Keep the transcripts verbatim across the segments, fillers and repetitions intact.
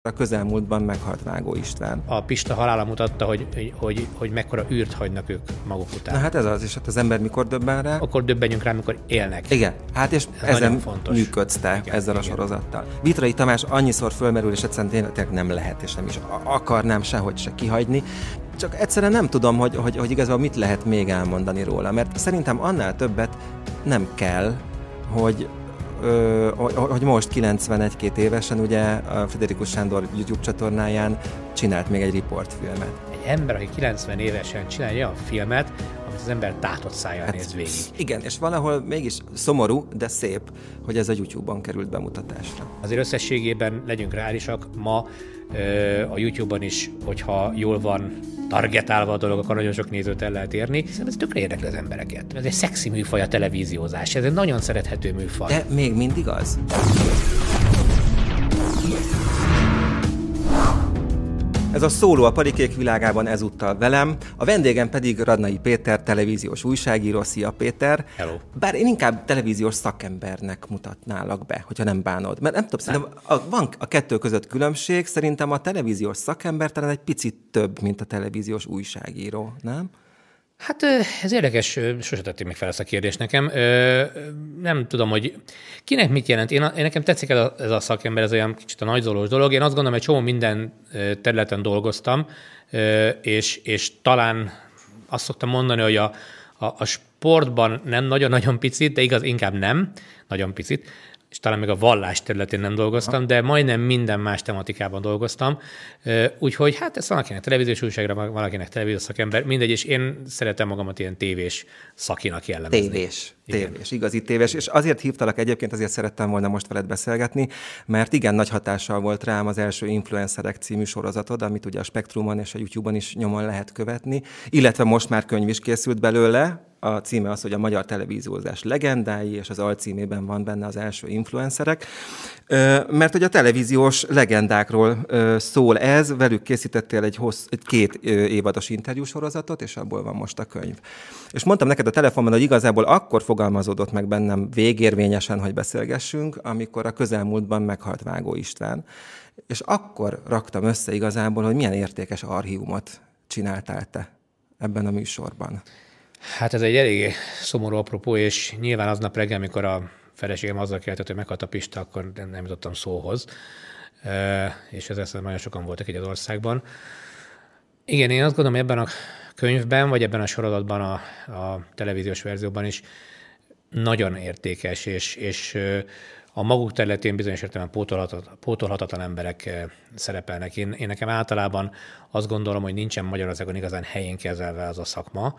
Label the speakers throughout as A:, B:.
A: A közelmúltban meghalt Vágó István.
B: A Pista halála mutatta, hogy, hogy, hogy, hogy mekkora űrt hagynak ők maguk után.
A: Na hát ez az, és hát az ember mikor döbben rá?
B: Akkor döbbenjünk rá, amikor élnek.
A: Igen, hát és
B: ez
A: ezen működsz te
B: igen,
A: ezzel
B: igen.
A: a sorozattal. Vitrai Tamás annyiszor fölmerül, és egyszerűen tényleg nem lehet, és nem is akarnám sehogy se kihagyni. Csak egyszerűen nem tudom, hogy, hogy, hogy igazából mit lehet még elmondani róla, mert szerintem annál többet nem kell, hogy Ö, hogy most kilencvenegy-két évesen ugye a Friderikus Sándor YouTube csatornáján csinált még egy riportfilmet.
B: Egy ember, aki kilencven évesen csinálja olyan filmet, amit az ember tátott szájjal hát, néz végig.
A: Igen, és valahol mégis szomorú, de szép, hogy ez a YouTube-on került bemutatásra.
B: Azért összességében legyünk reálisak, ma ö, a YouTube-on is, hogyha jól van targetálva a dolog, akkor nagyon sok nézőt el lehet érni. Szerintem ez tökre érdekli az embereket. Ez egy szexi műfaj a televíziózás, ez egy nagyon szerethető műfaj.
A: De még mindig az? Ez a Szóló a parikék világában ezúttal velem, a vendégem pedig Radnai Péter, televíziós újságíró. Szia Péter!
B: Hello!
A: Bár én inkább televíziós szakembernek mutatnálak be, hogyha nem bánod. Mert nem tudom, szerintem a, van a kettő között különbség, szerintem a televíziós szakember talán egy picit több, mint a televíziós újságíró, nem?
B: Hát ez érdekes, sose tették még fel ezt a kérdést nekem. Nem tudom, hogy kinek mit jelent. Én, én nekem tetszik ez a, ez a szakember, ez olyan kicsit a nagyzolós dolog. Én azt gondolom, hogy csomó minden területen dolgoztam, és, és talán azt szoktam mondani, hogy a, a, a sportban nem nagyon-nagyon picit, de igaz, inkább nem, nagyon picit, és talán még a vallás területén nem dolgoztam, de majdnem minden más tematikában dolgoztam. Úgyhogy hát ez van akinek televíziós újságra, van akinek televíziós szakember, mindegy, és én szeretem magamat ilyen tévés szakinak jellemezni.
A: Tévés, tévés, igazi tévés. És azért hívtalak egyébként, azért szerettem volna most veled beszélgetni, mert igen nagy hatással volt rám az első Influencerek című sorozatod, amit ugye a Spektrumon és a YouTube-on is nyomon lehet követni, illetve most már könyv is készült belőle. A címe az, hogy a magyar televíziózás legendái, és az alcímében van benne az első influencerek. Mert hogy a televíziós legendákról szól ez, velük készítettél egy, hossz, egy két évados interjúsorozatot, és abból van most a könyv. És mondtam neked a telefonban, hogy igazából akkor fogalmazódott meg bennem végérvényesen, hogy beszélgessünk, amikor a közelmúltban meghalt Vágó István. És akkor raktam össze igazából, hogy milyen értékes archívumot csináltál te ebben a műsorban.
B: Hát ez egy elég szomorú apropó, és nyilván aznap reggel, amikor a feleségem azzal keltett, hogy meghalt a Pista, akkor nem jutottam szóhoz, és ezzel nagyon sokan voltak így az országban. Igen, én azt gondolom, hogy ebben a könyvben, vagy ebben a sorozatban, a, a televíziós verzióban is nagyon értékes, és, és a maguk területén bizonyos értelemben pótolhatatlan, pótolhatatlan emberek szerepelnek. Én, én nekem általában azt gondolom, hogy nincsen Magyarországon igazán helyén kezelve az a szakma,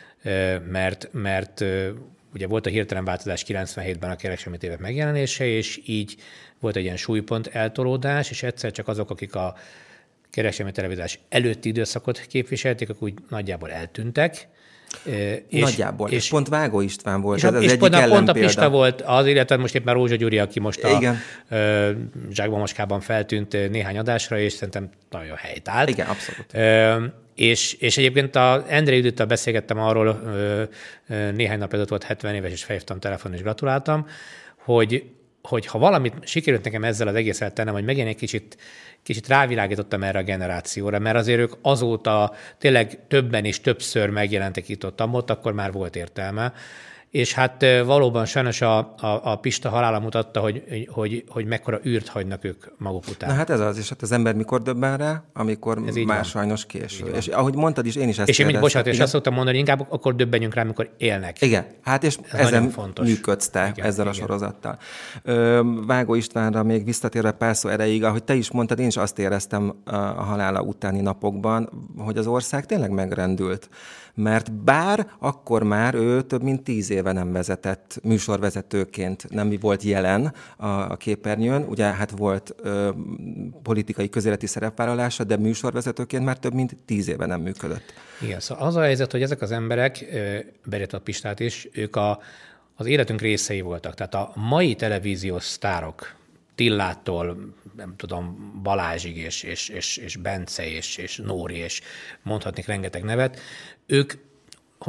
B: mert, mert ugye volt a hirtelen változás kilencvenhétben a kereskedelmi tévek megjelenése, és így volt egy ilyen súlypont eltolódás, és egyszer csak azok, akik a kereskedelmi televíziós előtti időszakot képviselték, akkor úgy nagyjából eltűntek.
A: És, nagyjából, és, és pont Vágó István volt,
B: és
A: ez az
B: és
A: egyik
B: pont,
A: ellenpélda.
B: Pont a Pista volt az, illetve most éppen Rózsa Gyuri, aki most a
A: Igen.
B: Zsákba Moskában feltűnt néhány adásra, és szerintem nagyon helytált.
A: Igen, abszolút.
B: Ö, És, és egyébként a Endre Judittal beszélgettem arról, ö, ö, néhány nap ezelőtt volt hetven éves, és felhívtam telefonon, és gratuláltam, hogy, hogy ha valamit sikerült nekem ezzel az egésszel tennem, hogy megint egy kicsit, kicsit rávilágítottam erre a generációra, mert azért ők azóta tényleg többen és többször megjelentek itt ott, ott akkor már volt értelme. És hát valóban sajnos a, a, a Pista halála mutatta, hogy, hogy, hogy mekkora űrt hagynak ők maguk után.
A: Na hát ez az, és hát az ember mikor döbben rá, amikor már van. Sajnos késő. És ahogy mondtad is, én is ezt
B: És én mindig, bocsánat, és
A: igen?
B: azt szoktam mondani, hogy inkább akkor döbbenjünk rá, amikor élnek.
A: Igen, hát és
B: ez
A: ezen működsz te
B: igen,
A: ezzel
B: igen.
A: a sorozattal. Ö, Vágó Istvánra még visszatérve pár szó erejéig, ahogy te is mondtad, én is azt éreztem a halála utáni napokban, hogy az ország tényleg megrendült. Mert bár akkor már ő több mint tíz éve nem vezetett műsorvezetőként, nem volt jelen a, a képernyőn, ugye hát volt ö, politikai közéleti szerepvállalása, de műsorvezetőként már több mint tíz éve nem működött.
B: Igen, szóval az a helyzet, hogy ezek az emberek, beértve a Pistát is, ők a, az életünk részei voltak. Tehát a mai televíziós sztárok, Tillától, nem tudom, Balázsig, és, és, és, és Bence, és, és Nóri, és mondhatnék rengeteg nevet, ők, hogy mondjam,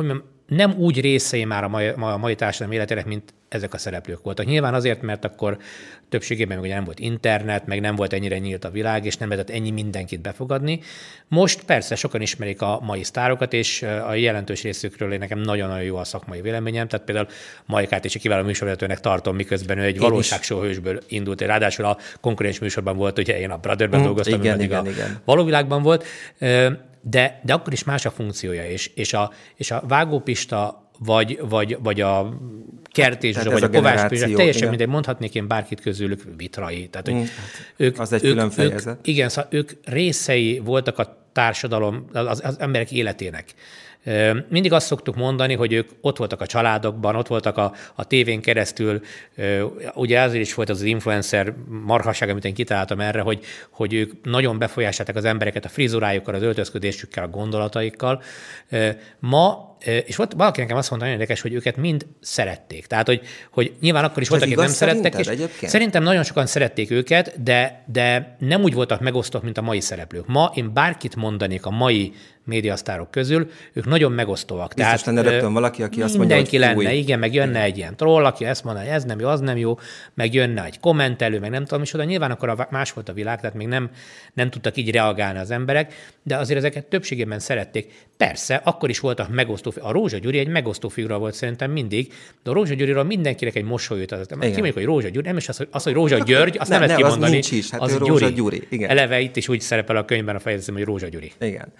B: nem úgy részei már a mai, a mai társadalmi életének, mint ezek a szereplők voltak. Nyilván azért, mert akkor többségében meg ugye nem volt internet, meg nem volt ennyire nyílt a világ, és nem lehetett ennyi mindenkit befogadni. Most persze sokan ismerik a mai sztárokat, és a jelentős részükről én nekem nagyon-nagyon jó a szakmai véleményem. Tehát például Majkát is kiváló műsorvezetőnek tartom, miközben ő egy valóságsóhősből indult. Ráadásul a konkurens műsorban volt, ugye én a Brotherben hmm, dolgoztam,
A: igen,
B: igen,
A: igen,
B: a
A: igen.
B: való világban volt, de, de akkor is más a funkciója, és, és, a, és a Vágópista vagy, vagy, vagy a Kertész Zsuzsa, vagy a, a Kovács Pizsa, teljesen igen. mindegy, mondhatnék én bárkit közülük Vitrai. Tehát, hogy mm,
A: ők, az egy ők, külön fejezet.
B: Ők, igen, szóval ők részei voltak a társadalom, az, az emberek életének. Mindig azt szoktuk mondani, hogy ők ott voltak a családokban, ott voltak a, a tévén keresztül, ugye azért is volt az az influencer marhaság, amit én kitaláltam erre, hogy, hogy ők nagyon befolyásolták az embereket a frizurájukkal, az öltözködésükkel, a gondolataikkal. Ma és volt valaki nekem azt mondta, nagyon érdekes, hogy őket mind szerették. Tehát, hogy, hogy nyilván akkor is voltak, akik nem szerettek. És szerintem nagyon sokan szerették őket, de, de nem úgy voltak megosztók, mint a mai szereplők. Ma én bárkit mondanék a mai médiasztárok közül, ők nagyon megosztóak.
A: Biztos lenne rögtön valaki, aki azt mondja,
B: mindenki lenne, új. igen, meg jönne egy ilyen troll, aki ezt mondaná, hogy ez nem jó, az nem jó, meg jönne egy kommentelő, meg nem tudom is oda. Nyilván akkor a más volt a világ, tehát még nem, nem tudtak így reagálni az emberek, de azért ezeket többségében szerették. Persze, akkor is voltak megosztó. A Rózsa Gyuri egy megosztó figura volt szerintem mindig, de a Rózsa Gyuriról mindenkinek egy mosolyt az. Kimondjuk, hogy Rózsa Gyuri, nem is az, hogy, az, hogy Rózsa György, azt nem, nem lehet kimondani.
A: Az nincs is, hát
B: az
A: Rózsa Gyuri. Gyuri. Igen.
B: Eleve itt is úgy szerepel a könyvben a fejezetem, hogy Rózsa Gyuri.
A: Igen.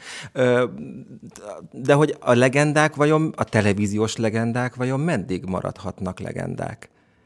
A: De hogy a legendák vajon, a televíziós legendák vajon meddig maradhatnak legendák?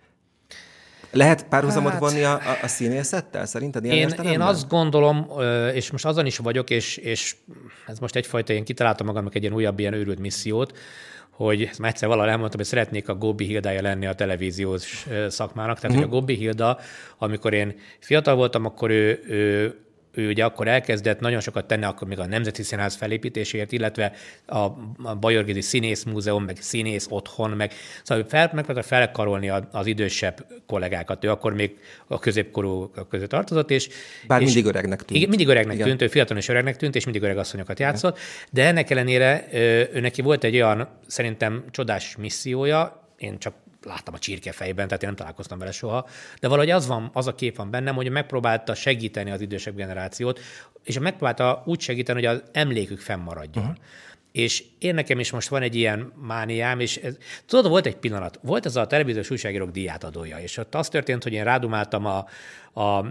A: Lehet párhuzamot hát, vonni a, a, a színészettel szerinted?
B: Én, én azt gondolom, és most azon is vagyok, és, és ez most egyfajta, én kitaláltam magamnak egy ilyen újabb, ilyen őrült missziót, hogy ezt már egyszer valahol elmondtam, hogy szeretnék a Góbi Hildája lenni a televíziós szakmának. Tehát, uh-huh. hogy a Góbi Hilda, amikor én fiatal voltam, akkor ő, ő ő ugye akkor elkezdett nagyon sokat tenni akkor még a Nemzeti Színház felépítéséért, illetve a, a Bajor Színész Múzeum, meg Színész Otthon, meg szóval fel, megpróbálta felkarolni az idősebb kollégákat. Ő akkor még a középkorú közé tartozott, és...
A: Bár
B: és
A: mindig öregnek tűnt.
B: Igen, mindig öregnek igen. tűnt, ő fiatalon és öregnek tűnt, és mindig öreg asszonyokat játszott, de ennek ellenére ő neki volt egy olyan, szerintem csodás missziója, én csak láttam a csirkefejben, tehát én nem találkoztam vele soha, de valahogy az, van, az a kép van bennem, hogy megpróbálta segíteni az idősebb generációt, és megpróbálta úgy segíteni, hogy az emlékük fennmaradjon. Uh-huh. És én nekem is most van egy ilyen mániám, és ez, tudod, volt egy pillanat, volt ez a televíziós újságírók díjátadója, és ott az történt, hogy én rádumáltam a, a,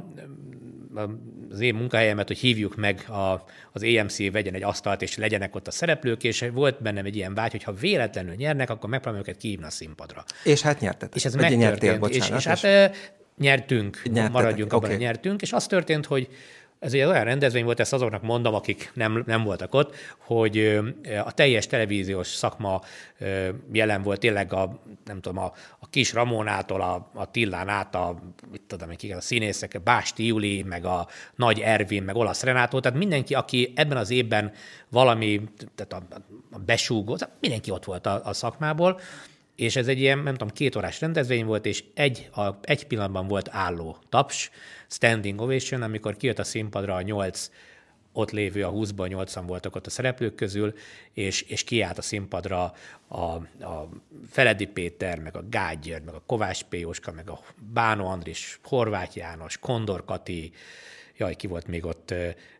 B: az én munkahelyemet, hogy hívjuk meg a, az á em cé, vegyen egy asztalt, és legyenek ott a szereplők, és volt bennem egy ilyen vágy, hogy ha véletlenül nyernek, akkor megpróbálom őket kihívni a színpadra.
A: És hát nyertetek.
B: És ez megtörtént. Nyertél, bocsánat, és, és, és hát nyertünk, nyertetek. maradjunk abban, okay. nyertünk, és az történt, hogy ez egy olyan rendezvény volt, ezt azoknak mondom, akik nem, nem voltak ott, hogy a teljes televíziós szakma jelen volt, tényleg a, nem tudom, a, a kis Ramonától, a, a Tillán át, a, mit tudom, a színészek, Básti Juli, meg a Nagy Ervin, meg Olasz Renátó, tehát mindenki, aki ebben az évben valami, tehát a, a besúgó, mindenki ott volt a, a szakmából, és ez egy ilyen, nem tudom, két órás rendezvény volt, és egy, a, egy pillanatban volt álló taps, standing ovation, amikor kijött a színpadra a nyolc ott lévő, a húszban nyolcan voltak ott a szereplők közül, és, és kiállt a színpadra a, a Feledi Péter, meg a Gágy György, meg a Kovács P. Jóska, meg a Bánó Andris, Horváth János, Kondor Kati, jaj, ki volt még ott,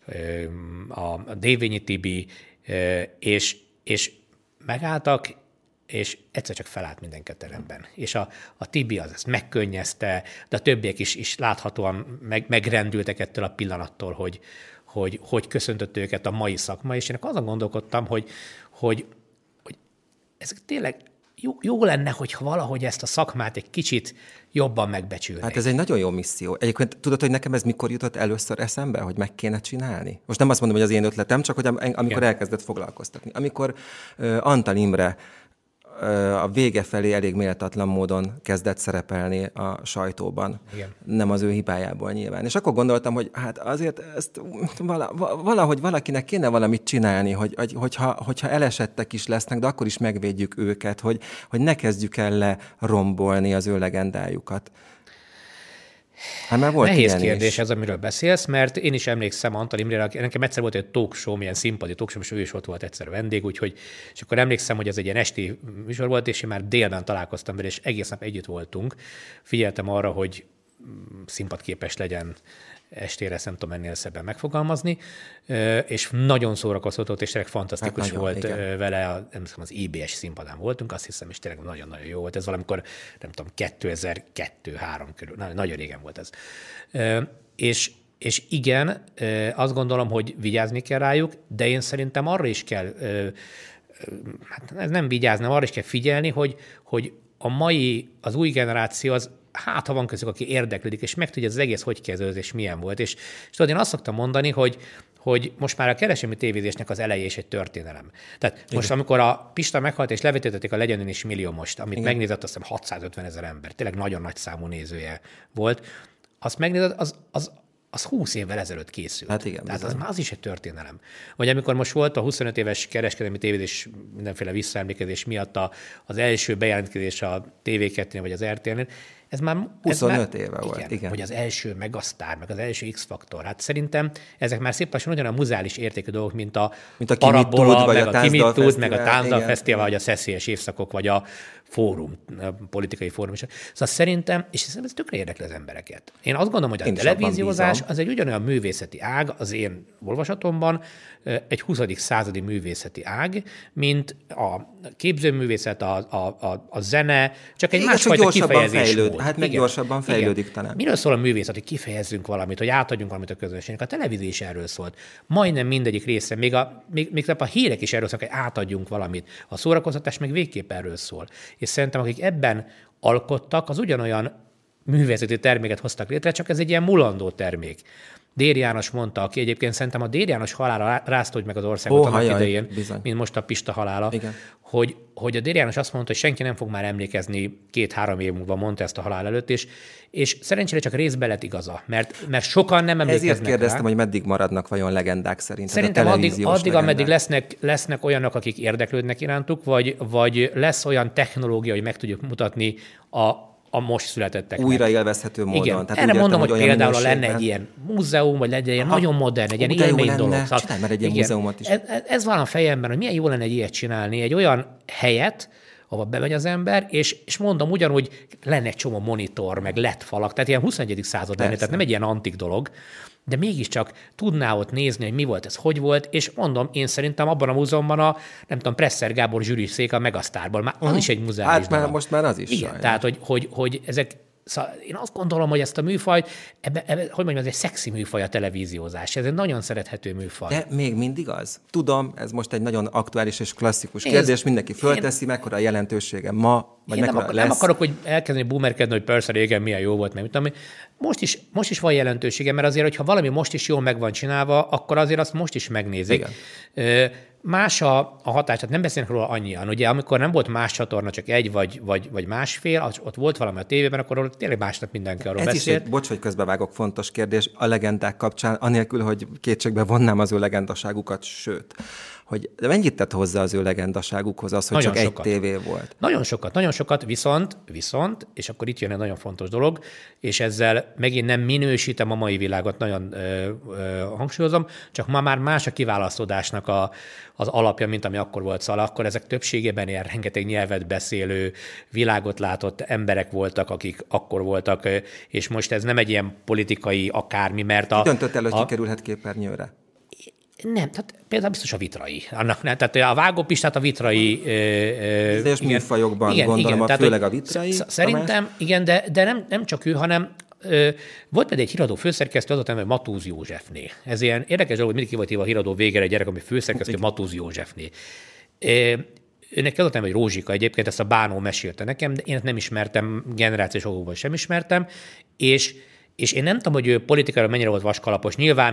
B: a Dévényi Tibi, és, és megálltak, és egyszer csak felállt mindenki a teremben. És a, a Tibi az ezt megkönnyezte, de a többiek is, is láthatóan meg, megrendültek ettől a pillanattól, hogy, hogy, hogy köszöntött őket a mai szakma, és én azon gondolkodtam, hogy, hogy, hogy ez tényleg jó, jó lenne, hogyha valahogy ezt a szakmát egy kicsit jobban megbecsülnék.
A: Hát ez egy nagyon jó misszió. Egyébként tudod, hogy nekem ez mikor jutott először eszembe, hogy meg kéne csinálni? Most nem azt mondom, hogy az én ötletem, csak hogy amikor igen. elkezdett foglalkoztatni. Amikor uh, Antal Imre a vége felé elég méltatlan módon kezdett szerepelni a sajtóban. Igen. Nem az ő hibájából nyilván. És akkor gondoltam, hogy hát azért ezt valahogy valakinek kéne valamit csinálni, hogy, hogyha, hogyha elesettek is lesznek, de akkor is megvédjük őket, hogy, hogy ne kezdjük el lerombolni az ő legendájukat. Hát már volt
B: Nehéz
A: ilyen
B: kérdés
A: is.
B: ez, amiről beszélsz, mert én is emlékszem Antal Imrére, nekem egyszer volt egy talk show, milyen színpadi talk show, és ő is ott volt egyszer vendég, úgyhogy, és akkor emlékszem, hogy ez egy ilyen esti műsor volt, és én már délben találkoztam vele, és egész nap együtt voltunk. Figyeltem arra, hogy színpadképes legyen estére, ezt nem tudom ennél szebben megfogalmazni, és nagyon szórakoztatott, és tényleg fantasztikus hát nagyon, volt igen. vele, a, nem tudom, az i bé es színpadán voltunk, azt hiszem, és tényleg nagyon-nagyon jó volt. Ez valamikor, nem tudom, kétezer-kettő-három körül, nagyon régen volt ez. És, és igen, azt gondolom, hogy vigyázni kell rájuk, de én szerintem arra is kell, hát ez nem vigyázni, arra is kell figyelni, hogy, hogy a mai, az új generáció az hát, ha van közük, aki érdeklődik, és megtudja az egész, hogy kezdődött, és milyen volt. És, és tudod, én azt szoktam mondani, hogy, hogy most már a kereskedelmi tévézésnek az eleje is egy történelem. Tehát igen. most, amikor a Pista meghalt, és levetítették a Legyen is millió most, amit igen. megnézett, azt hiszem hatszázötven ezer ember, tényleg nagyon nagy számú nézője volt, azt megnézett, az, az, az húsz évvel ezelőtt készült.
A: Hát igen,
B: Tehát az, az is egy történelem. Vagy amikor most volt a huszonöt éves kereskedelmi tévézés mindenféle visszaemlékezés miatt a, az első bejelentkezés a té vé kettőnél vagy az er té el-nél, ez már
A: huszonöt
B: ez már,
A: éve volt, igen, igen.
B: Hogy az első Megasztár, meg az első X-faktor. Hát szerintem ezek már szép lassan ugyanolyan muzális értékű dolgok, mint a,
A: mint a
B: Parabola,
A: vagy
B: meg
A: a
B: Ki mit tud, meg a Táncdal
A: igen,
B: Fesztivál,
A: igen.
B: vagy a Szeszélyes évszakok, vagy a Fórum, a politikai fórum is. Szóval szerintem, és ez tökre érdekli az embereket. Én azt gondolom, hogy a
A: Én
B: televíziózás az egy ugyanolyan művészeti ág, az én olvasatomban, egy huszadik századi művészeti ág, mint a képzőművészet, a, a, a, a zene, csak egy másfajta kifejezésmód.
A: Hát meg gyorsabban fejlődik igen. talán.
B: Miről szól a művészet, hogy kifejezzünk valamit, hogy átadjunk valamit a közönségnek? A televízió is erről szólt. Majdnem mindegyik része, még a, még, még a hírek is erről szólnak, hogy átadjunk valamit. A szórakoztatás meg végképp erről szól. És szerintem, akik ebben alkottak, az ugyanolyan művészeti terméket hoztak létre, csak ez egy ilyen mulandó termék. Dér János mondta, aki egyébként szerintem a Dér János halála rázta meg az országot annak idején, bizony. Mint most a Pista halála, hogy, hogy a Dér János azt mondta, hogy senki nem fog már emlékezni két-három év múlva, mondta ezt a halál előtt, és, és szerencsére csak részben lett igaza, mert, mert sokan nem emlékeznek
A: Ezért kérdeztem,
B: rá.
A: hogy meddig maradnak vajon legendák szerint.
B: Szerintem addig, addig ameddig lesznek, lesznek olyanok, akik érdeklődnek irántuk, vagy, vagy lesz olyan technológia, hogy meg tudjuk mutatni a a most születetteknek.
A: Újra élvezhető módon.
B: Igen.
A: Tehát
B: erre mondom,
A: értem,
B: hogy, hogy például lenne egy ilyen múzeum, vagy legyen ilyen nagyon modern, egy ilyen élmény dolog.
A: Szóval, csinálj már egy ilyen
B: igen,
A: múzeumot is.
B: Ez, ez van a fejemben, hogy milyen jó lenne egy ilyet csinálni, egy olyan helyet, ahova bemegy az ember, és, és mondom, ugyanúgy lenne egy csomó monitor, meg lett falak, tehát ilyen huszonegyedik század lenne, tehát nem egy ilyen antik dolog, de mégiscsak tudná ott nézni, hogy mi volt ez, hogy volt, és mondom, én szerintem abban a múzeumban a, nem tudom, Presser Gábor zsűriszék a Megasztárból, már az uh-huh. is egy múzeum.
A: Hát már, most már az is.
B: Igen,
A: sajnos.
B: tehát, hogy, hogy, hogy ezek, szóval én azt gondolom, hogy ezt a műfajt, ebbe, ebbe, hogy mondjam, ez egy szexi műfaj a televíziózás, ez egy nagyon szerethető műfaj.
A: De még mindig az? Tudom, ez most egy nagyon aktuális és klasszikus kérdés, ez, mindenki fölteszi, én, mekkora a jelentősége ma, vagy
B: én
A: mekkora
B: nem,
A: lesz.
B: nem akarok, hogy elkezdeni boomerkedni, hogy persze régen milyen jó volt, meg mit tudom, most is, most is van jelentősége, mert azért, hogyha valami most is jól meg van csinálva, akkor azért azt most is megnézik. Igen. Más a, a hatás, tehát nem beszélnek róla annyian. Ugye amikor nem volt más csatorna, csak egy vagy, vagy, vagy másfél, az, ott volt valami a tévében, akkor tényleg másnap mindenki arról
A: Ez
B: beszélt.
A: is egy, bocs, hogy közbevágok, fontos kérdés a legendák kapcsán, anélkül, hogy kétségbe vonnám az ő legendaságukat, sőt, hogy mennyit tett hozzá az ő legendaságukhoz az, hogy nagyon csak sokat. Egy tévé volt?
B: Nagyon sokat, nagyon sokat, viszont, viszont, és akkor itt jön egy nagyon fontos dolog, és ezzel megint nem minősítem a mai világot, nagyon ö, ö, hangsúlyozom, csak ma már más a kiválasztódásnak a, az alapja, mint ami akkor volt. Szóval akkor ezek többségében ilyen rengeteg nyelvet beszélő, világot látott emberek voltak, akik akkor voltak, és most ez nem egy ilyen politikai akármi, mert a...
A: Ki döntött el, hogy
B: a,
A: ki kerülhet képernyőre?
B: Nem, tehát például biztos a Vitrai. Annak, ne, tehát a Vágópistát a Vitrai...
A: Bizonyos műfajokban igen, gondolom, igen, a főleg a Vitrai.
B: Sz- szerintem, igen, de, de nem, nem csak ő, hanem ö, volt például egy híradó főszerkesztő, azután, hogy Matúz Józsefné. Ez ilyen érdekes dolog, hogy mindig ki volt hívva a híradó végére egy gyerek, ami főszerkesztő Matúz Józsefné. É, Őnek az a neve, hogy Rózsika egyébként, ezt a Bánó mesélte nekem, de én nem ismertem, generációs okokból sem ismertem, és, és én nem tudom, hogy ő politikára mennyire volt vaskalapos. Nyilván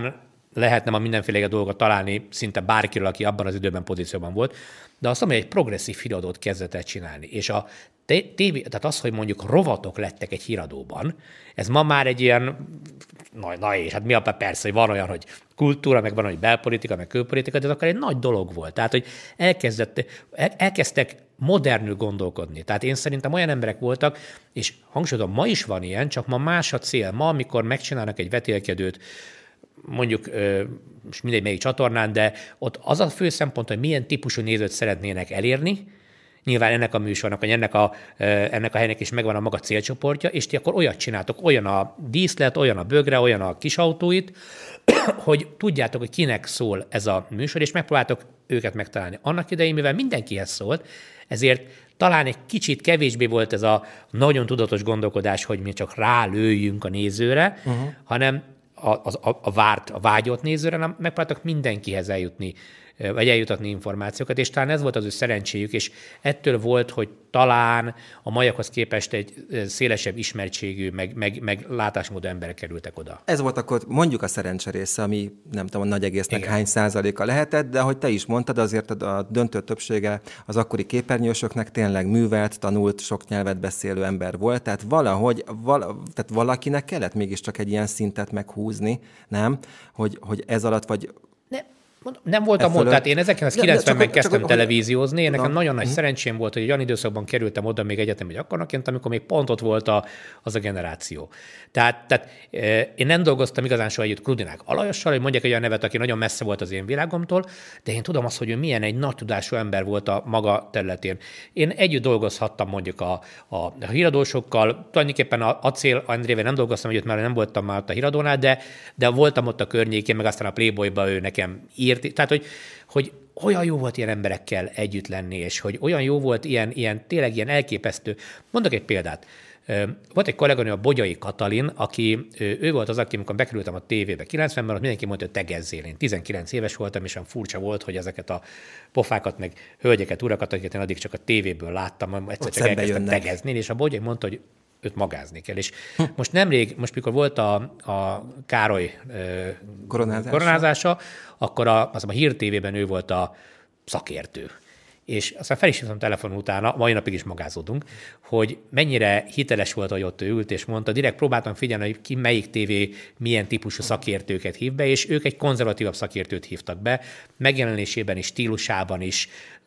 B: lehetne ma mindenféle dolgot találni szinte bárkiről, aki abban az időben pozícióban volt, de azt mondom, hogy egy progresszív híradót kezdett el csinálni. És a tévé, tehát az, hogy mondjuk rovatok lettek egy híradóban, ez ma már egy ilyen, na, na és hát mi a persze, hogy van olyan, hogy kultúra, meg van, hogy belpolitika, meg külpolitika, de ez akkor egy nagy dolog volt. Tehát, hogy elkezdett, el, elkezdtek modernül gondolkodni. Tehát én szerintem olyan emberek voltak, és hangsúlyozom, ma is van ilyen, csak ma más a cél. Ma, amikor megcsinálnak egy vetélkedőt, mondjuk, most mindegy melyik csatornán, de ott az a fő szempont, hogy milyen típusú nézőt szeretnének elérni. Nyilván ennek a műsornak, vagy ennek a, ennek a helynek is megvan a maga célcsoportja, és ti akkor olyat csináltok, olyan a díszlet, olyan a bögre, olyan a kisautóit, hogy tudjátok, hogy kinek szól ez a műsor, és megpróbáltok őket megtalálni. Annak idején, mivel mindenkihez szólt, ezért talán egy kicsit kevésbé volt ez a nagyon tudatos gondolkodás, hogy mi csak rálőjünk a nézőre, uh-huh. hanem a, a, a várt, a vágyott nézőre, hanem megpróbáltak mindenkihez eljutni, vagy eljutatni információkat, és talán ez volt az ő szerencséjük, és ettől volt, hogy talán a maiakhoz képest egy szélesebb ismertségű, meg, meg, meg látásmódú emberek kerültek oda.
A: Ez volt akkor mondjuk a szerencse része, ami nem tudom, a nagy egésznek igen. hány százaléka lehetett, de ahogy te is mondtad, azért a döntő többsége az akkori képernyősöknek tényleg művelt, tanult, sok nyelvet beszélő ember volt, tehát valahogy, vala, tehát valakinek kellett mégiscsak egy ilyen szintet meghúzni, nem? Hogy, hogy ez alatt vagy...
B: Ne. Nem voltam ott, tehát én ezerkilencszázkilencvenben ja, kezdtem csak, televíziózni, én nekem na, nagyon nagy uh-huh. szerencsém volt, hogy egy olyan időszakban kerültem oda még egyetemi gyakornokként, amikor még pont ott volt a, az a generáció. Tehát, tehát e, én nem dolgoztam igazán soha együtt Krudinák Alajossal, hogy mondjak egy olyan nevet, aki nagyon messze volt az én világomtól, de én tudom azt, hogy ő milyen egy nagy tudású ember volt a maga területén. Én együtt dolgozhattam mondjuk a, a, a híradósokkal, tulajdonképpen a Acél Andrével nem dolgoztam együtt, mert nem voltam már ott a híradónál, de, de voltam ott a környékén, meg aztán a Playboyba ő nekem írt. Tehát, hogy, hogy olyan jó volt ilyen emberekkel együtt lenni, és hogy olyan jó volt ilyen, ilyen tényleg ilyen elképesztő. Mondok egy példát. Volt egy kolléganő, a Bogyai Katalin, aki, ő volt az, aki, amikor bekerültem a tévébe kilencvenben, ott mindenki mondta, hogy tegezzél. Én tizenkilenc éves voltam, és olyan furcsa volt, hogy ezeket a pofákat, meg hölgyeket, urakat, akiket én addig csak a tévéből láttam, egyszer csak elkezdtem tegezni, és a Bogyai mondta, hogy őt magázni kell. És hm. most nemrég, most mikor volt a, a Károly
A: koronázása,
B: koronázása akkor a, azt a Hír té vében ő volt a szakértő. És aztán fel is hívtam telefonon utána, mai napig is magázódunk, hogy mennyire hiteles volt, hogy ott ő ült, és mondta, direkt próbáltam figyelni, hogy ki melyik tévé milyen típusú szakértőket hív be, és ők egy konzervatívabb szakértőt hívtak be, megjelenésében is, stílusában is,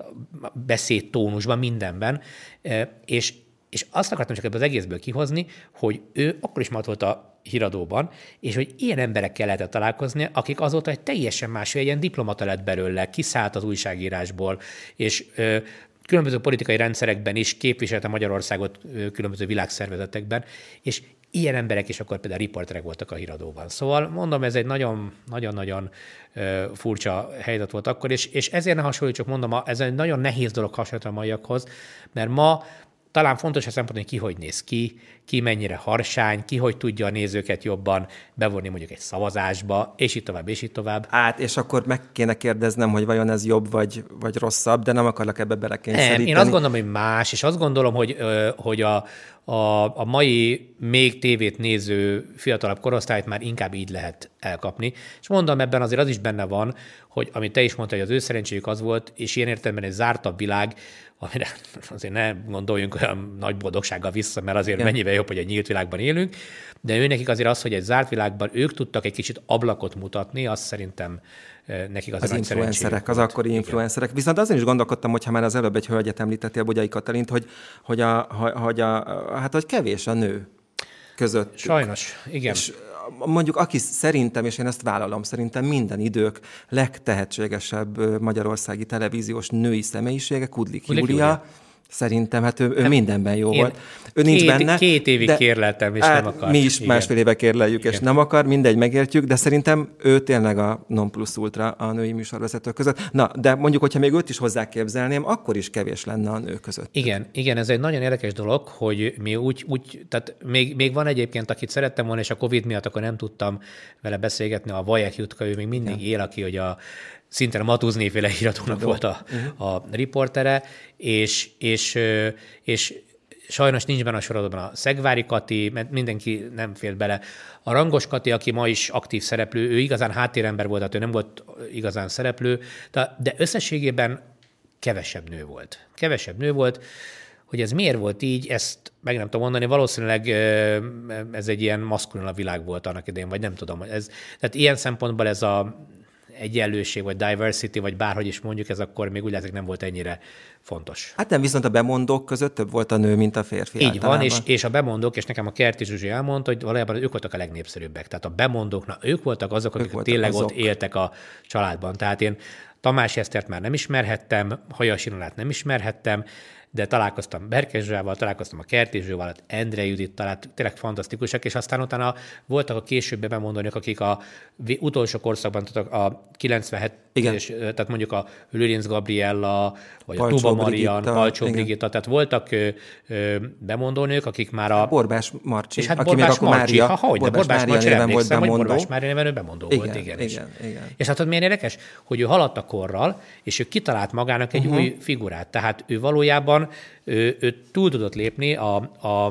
B: beszédtónusban, mindenben, és És azt akartam csak ebből az egészből kihozni, hogy ő akkor is már volt a híradóban, és hogy ilyen emberekkel lehetett találkozni, akik azóta egy teljesen más, egy ilyen diplomata lett belőle, kiszállt az újságírásból, és ö, különböző politikai rendszerekben is képviselte Magyarországot ö, különböző világszervezetekben, és ilyen emberek is akkor például riporterek voltak a híradóban. Szóval mondom, ez egy nagyon-nagyon furcsa helyzet volt akkor, és, és ezért ne hasonlítsuk, mondom, ez egy nagyon nehéz dolog hasonlítani a maiakhoz, mert ma talán fontos a szempont, hogy ki hogy néz ki, ki mennyire harsány, ki hogy tudja a nézőket jobban bevonni mondjuk egy szavazásba, és így tovább, és így tovább.
A: Át, és akkor meg kéne kérdeznem, hogy vajon ez jobb vagy, vagy rosszabb, de nem akarlak ebbe belekényszeríteni.
B: Nem, én azt gondolom, hogy más, és azt gondolom, hogy, hogy a, a, a mai még tévét néző fiatalabb korosztályt már inkább így lehet elkapni. És mondom, ebben azért az is benne van, hogy amit te is mondtad, hogy az ő szerencséjük az volt, és ilyen értelemben egy zártabb világ, amire azért ne gondoljunk olyan nagy boldogsággal vissza, mert azért igen. mennyivel jobb, hogy egy nyílt világban élünk, de ő nekik azért az, hogy egy zárt világban ők tudtak egy kicsit ablakot mutatni, azt szerintem nekik azért
A: az influencerek, az akkori igen. influencerek. Viszont azon is gondolkodtam, hogyha már az előbb egy hölgyet említettél, Bogyai Katalint, hogy, hogy, a, hogy, a, hát, hogy kevés a nő között.
B: Sajnos, igen.
A: És mondjuk, aki szerintem, és én ezt vállalom, szerintem minden idők legtehetségesebb magyarországi televíziós női személyisége, Kudlik Júlia. Szerintem, hát ő, ő mindenben jó volt. Ő
B: két,
A: nincs benne.
B: Két évig de, kérleltem, és hát, nem akart.
A: Mi is igen. másfél éve kérleljük, igen. és nem akar, mindegy, megértjük, de szerintem ő tényleg a non plus ultra a női műsorvezetők között. Na, de mondjuk, hogyha még őt is hozzáképzelném, akkor is kevés lenne a nő között.
B: Igen, igen, ez egy nagyon érdekes dolog, hogy mi úgy, úgy tehát még, még van egyébként, akit szerettem volna, és a Covid miatt akkor nem tudtam vele beszélgetni, a Vajek Jutka, ő még mindig igen. él, aki, hogy a szintén a Matuzné-féle híradónak volt a, uh-huh. a riportere, és, és, és sajnos nincs benne a sorozatban a Szegvári Kati, mert mindenki nem fér bele. A Rangos Kati, aki ma is aktív szereplő, ő igazán háttérember volt, tehát ő nem volt igazán szereplő, de, de összességében kevesebb nő volt. Kevesebb nő volt. Hogy ez miért volt így, ezt meg nem tudom mondani, valószínűleg ez egy ilyen maszkulin a világ volt annak idején, vagy nem tudom. Ez, tehát ilyen szempontból ez a egyenlőség, vagy diversity, vagy bárhogy is mondjuk, ez akkor még úgy látszik nem volt ennyire fontos.
A: Hát nem, viszont a bemondók között több volt a nő, mint a férfi.
B: Így általában. Van, és, és a bemondók, és nekem a Kerti Zsuzsi elmondta, hogy valójában ők voltak a legnépszerűbbek. Tehát a bemondók, na, ők voltak azok, akik tényleg azok. Ott éltek a családban. Tehát én Tamás Esztert már nem ismerhettem, Hajas Ilonát nem ismerhettem, de találkoztam Berkes Zsával, találkoztam a Kerti Zsóval, Endre Judit, talált, tényleg fantasztikusak, és aztán utána voltak a később bemondók, akik a utolsó korszakban, tehát a kilencvenhetes, tehát mondjuk a Lőrinc Gabriella, vagy Palcsó a Tuba Marian, Palcsó Brigitta, tehát voltak ö, ö, bemondónők, akik már a...
A: Borbás Marcsi,
B: és hát
A: aki
B: Borbás
A: még
B: Marcsi,
A: Mária,
B: ha hogy, de
A: Borbás,
B: Borbás Marcsi emlékszem, hogy Borbás Mária néven ő bemondó
A: igen,
B: volt, igen.
A: igen, igen.
B: És hát ott milyen érdekes, hogy ő haladt a korral, és ő kitalált magának egy uh-huh. új figurát, tehát ő valójában ő, ő túl tudott lépni a, a,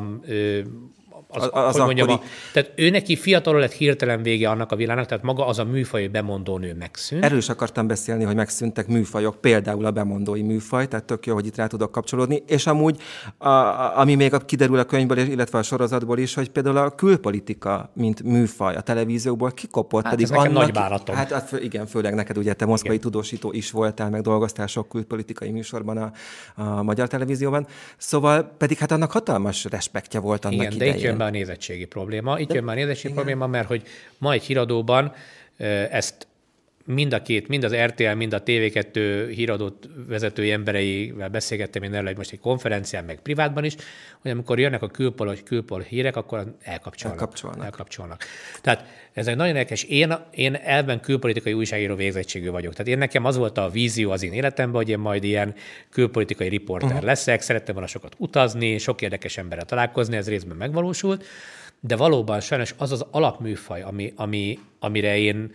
B: az, az hogy mondjam, a, tehát ő neki fiatalul lett hirtelen vége annak a világnak, tehát maga az a műfaj bemondónő megszűnt.
A: Erről is akartam beszélni, hogy megszűntek műfajok, például a bemondói műfaj, tehát tök jó, hogy itt rá tudok kapcsolódni, és amúgy, a, a, ami még kiderül a könyvből, illetve a sorozatból is, hogy például a külpolitika, mint műfaj a televízióból kikopott.
B: Hát
A: pedig
B: ez nekem
A: annak,
B: nagy bánatom.
A: Hát, hát igen, főleg neked ugye te moszkvai igen. tudósító is voltál, meg dolgoztál sok külpolitikai műsorban a, a magyar televízióban, szóval pedig hát annak hatalmas respektje volt annak
B: igen,
A: idején.
B: De itt jön be a nézettségi probléma. Itt
A: de,
B: jön be a nézettségi
A: igen.
B: probléma, mert hogy ma egy híradóban ezt mind a két, mind az er té el, mind a té vé kettő híradót vezetői embereivel beszélgettem én erről most egy konferencián, meg privátban is, hogy amikor jönnek a külpol, külpol hírek, akkor elkapcsolnak.
A: elkapcsolnak.
B: elkapcsolnak. Tehát ez egy nagyon érdekes. Én, én elben külpolitikai újságíró végzettségű vagyok. Tehát én nekem az volt a vízió az én életemben, hogy én majd ilyen külpolitikai riporter uh-huh. leszek, szerettem volna sokat utazni, sok érdekes emberrel találkozni, ez részben megvalósult, de valóban sajnos az az alapműfaj, ami, ami, amire én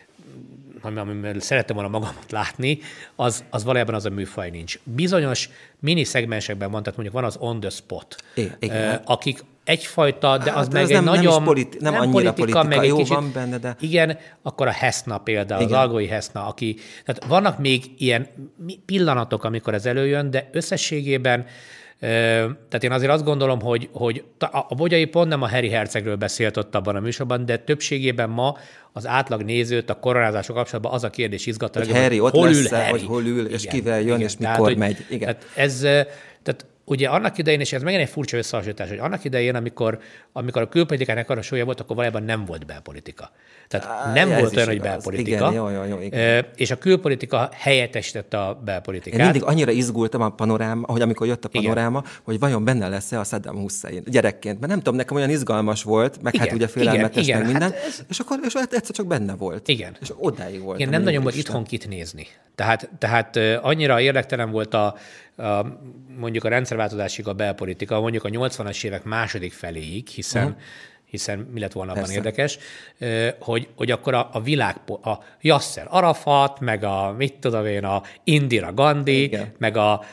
B: amivel szerettem volna magamat látni, az, az valójában az a műfaj nincs. Bizonyos mini szegmensekben van, tehát mondjuk van az on the spot,
A: é, igen.
B: akik egyfajta, de az
A: hát
B: meg egy
A: nem,
B: nagyon...
A: Nem, politi- nem, nem annyira politika, politika meg jó kicsit, van benne, de...
B: Igen, akkor a Heszna például, igen. az Algói Heszna, aki... Tehát vannak még ilyen pillanatok, amikor ez előjön, de összességében tehát én azért azt gondolom, hogy, hogy a Bogyai pont nem a Harry Hercegről beszélt ott abban a műsorban, de többségében ma az átlag nézőt a koronázások kapcsolatban az a kérdés izgatta.
A: Hogy Harry ott hol lesz, Harry? Hogy hol ül, és igen, kivel jön, igen, és mikor tehát, megy. Igen.
B: Tehát ez, tehát ugye annak idején, és ez megint egy furcsa összehasonlítás, hogy annak idején, amikor, amikor a külpolitikának arra súlya volt, akkor valójában nem volt belpolitika. Tehát nem Á, volt olyan, hogy belpolitika.
A: Igen, jó, jó, jó, igen.
B: És a külpolitika helyettesítette a belpolitikát.
A: Én mindig annyira izgultam a panoráma, hogy amikor jött a panoráma, igen. hogy vajon benne lesz-e a Saddam Hussein gyerekként. Mert nem tudom, nekem olyan izgalmas volt, meg igen, hát ugye félelmetes, igen, meg igen, minden, hát ez... és akkor és egyszer csak benne volt.
B: Igen.
A: És odáig volt.
B: Igen, nem nagyon volt itthon kit nézni. Tehát, tehát annyira érdektelen volt a, a mondjuk a rendszerváltozásig a belpolitika, mondjuk a nyolcvanas évek második feléig, hiszen uh-huh. hiszen mi lett volna abban érdekes, hogy, hogy akkor a, a világ, a Yasser Arafat, meg a, mit tudom én, a Indira Gandhi, igen. meg a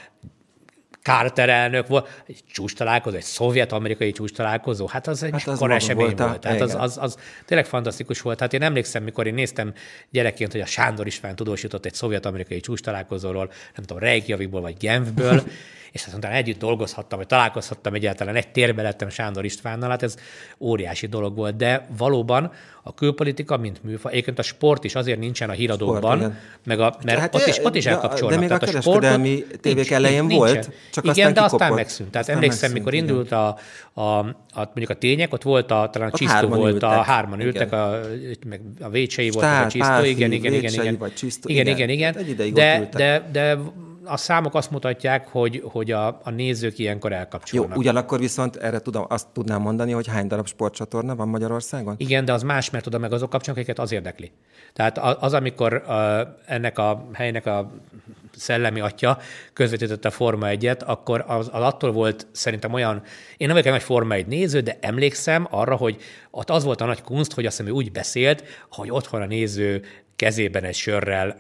B: Carter elnök volt, egy csúcs találkozó, egy szovjet-amerikai csúcs találkozó, hát az egy hát akkora esemény volt. volt. Tehát az, az, az tényleg fantasztikus volt. Hát én emlékszem, mikor én néztem gyerekként, hogy a Sándor István tudósított egy szovjet-amerikai csúcs találkozóról, nem tudom, Reykjavikból vagy Genfből, és aztán együtt dolgozhattam, vagy találkozhattam egyáltalán, egy térbe lettem Sándor Istvánnal, hát ez óriási dolog volt, de valóban a külpolitika, mint műfaj, egyébként a sport is azért nincsen a híradókban, sport, meg a, mert hát ott, is, ott is elkapcsolnak.
A: De még tehát a kereskedelmi tévék elején nincs, volt,
B: nincsen.
A: csak
B: igen,
A: aztán
B: de
A: kikopott.
B: aztán megszűnt. Tehát
A: aztán
B: emlékszem,
A: megszűnt,
B: mikor indult a, a, a, mondjuk a tények, ott volt a, talán a Csisztó volt, ültek. a hárman ültek, a, meg a Vécsei volt, a Csisztó, igen, igen, igen, igen. Igen, igen, igen. De, de, de a számok azt mutatják, hogy, hogy a, a nézők ilyenkor elkapcsolnak.
A: Jó, ugyanakkor viszont erre tudom, azt tudnám mondani, hogy hány darab sportcsatorna van Magyarországon?
B: Igen, de az más, mert tudom meg azok kapcsolnak, akiket az érdekli. Tehát az, amikor uh, ennek a helynek a szellemi atya közvetítette a Forma egyet, akkor az, az attól volt szerintem olyan, én nem vagyok egy nagy Forma egy néző, de emlékszem arra, hogy ott az volt a nagy kunst, hogy azt hiszem, ő úgy beszélt, hogy otthon a néző kezében egy sörrel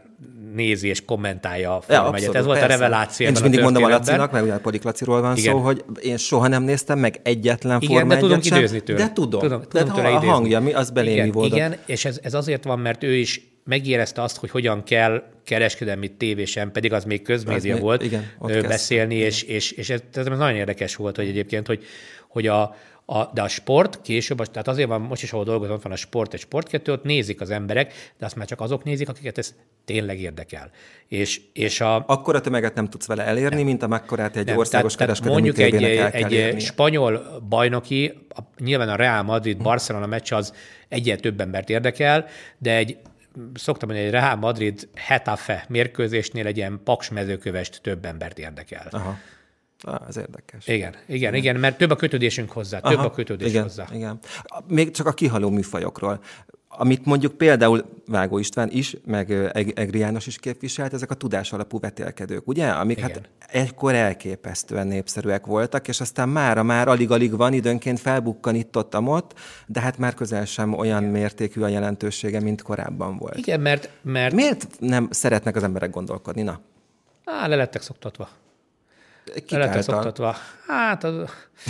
B: nézi és kommentálja a
A: Ja,
B: Forma egyet. Ez volt a reveláció.
A: Én is mindig mondom a Lacinak, mert ugye a Podik Laciról van
B: igen.
A: szó, hogy én soha nem néztem meg egyetlen
B: igen,
A: Forma
B: de tudom
A: sem,
B: idézni tőle.
A: De tudom.
B: tudom,
A: tudom de tőle a hangja, mi, az belém
B: igen,
A: volt.
B: Igen, és ez, ez azért van, mert ő is megérezte azt, hogy hogyan kell kereskedelmi tévésen, pedig az még közmédia az volt, igen, beszélni, és, és, és ez, ez nagyon érdekes volt, hogy egyébként, hogy, hogy a, a, de a sport később, tehát azért van most is, ahol dolgozom, ott van a sport, egy sportkettő, ott nézik az emberek, de azt már csak azok nézik, akiket ez tényleg érdekel. És, és a,
A: akkora tömeget nem tudsz vele elérni, nem. mint amekkorát egy nem, országos
B: tehát,
A: kereskedelmi
B: tehát
A: tévének el
B: egy,
A: kell
B: egy
A: érnie.
B: spanyol bajnoki, a, nyilván a Real Madrid-Barcelona meccs az egyen több embert érdekel, de egy szoktam mondani, egy Real Madrid-Hetafe mérkőzésnél egy ilyen Paks Mezőkövest több embert érdekel.
A: Aha. Ah, ez érdekes.
B: Igen, igen, igen, mert több a kötődésünk hozzá, Aha, több a kötődés
A: igen,
B: hozzá.
A: Igen. Még csak a kihaló műfajokról. Amit mondjuk például Vágó István is, meg Egri János is képviselt, ezek a tudásalapú vetélkedők, ugye? Amik igen. hát egykor elképesztően népszerűek voltak, és aztán mára már alig-alig van, időnként felbukkan itt-ott, ott, de hát már közel sem olyan igen. mértékű a jelentősége, mint korábban volt.
B: Igen, mert... mert...
A: Miért nem szeretnek az emberek gondolkodni? Na?
B: Á, le lettek szoktatva.
A: Kik
B: le lettek
A: által?
B: szoktatva. Hát... Az...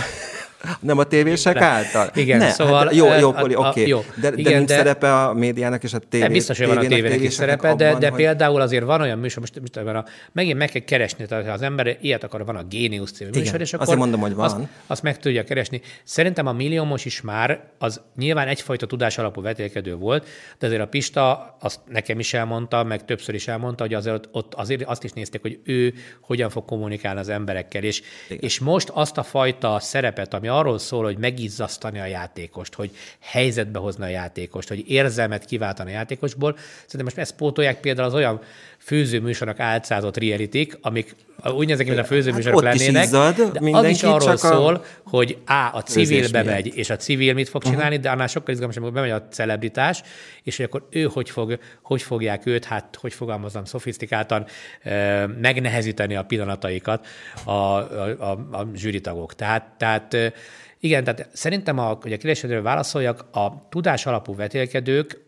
A: Nem a tévések
B: Le.
A: által?
B: Igen,
A: ne,
B: szóval...
A: Hát jó, jó, Poli, oké. Okay. De,
B: igen,
A: de nincs
B: de,
A: szerepe a médiának és a tévé,
B: biztos, hogy van a tévének is szerepe, de, de hogy... például azért van olyan műsor, most, most a, megint meg kell keresni, tehát ha az ember ilyet akar, van a Géniusz című
A: igen,
B: műsor, és akkor
A: azért mondom, hogy van.
B: Azt, azt meg tudja keresni. Szerintem a Milliómos is már, az nyilván egyfajta tudás alapú vetélkedő volt, de azért a Pista azt nekem is elmondta, meg többször is elmondta, hogy azért ott azért azt is nézték, hogy ő hogyan fog kommunikálni az emberekkel, és, és most azt a fajta szerepet, ami arról szól, hogy megizzasztani a játékost, hogy helyzetbe hozni a játékost, hogy érzelmet kiváltani a játékosból. Szerintem most ezt pótolják például az olyan főzőműsornak álcázott realitik, amik úgy néznek, mint a főzőműsorok hát lennének,
A: izzad,
B: de az is arról szól,
A: a...
B: hogy á, a civil bemegy, és a civil mit fog csinálni, uh-huh. de annál sokkal izgalmasabb, amikor bemegy a celebritás, és hogy akkor ő hogy, fog, hogy fogják őt, hát hogy fogalmazom, szofisztikáltan eh, megnehezíteni a pillanataikat a, a, a, a zsűritagok. Tehát, tehát igen, tehát szerintem, a, hogy a kérdésedről válaszoljak, a tudás alapú vetélkedők,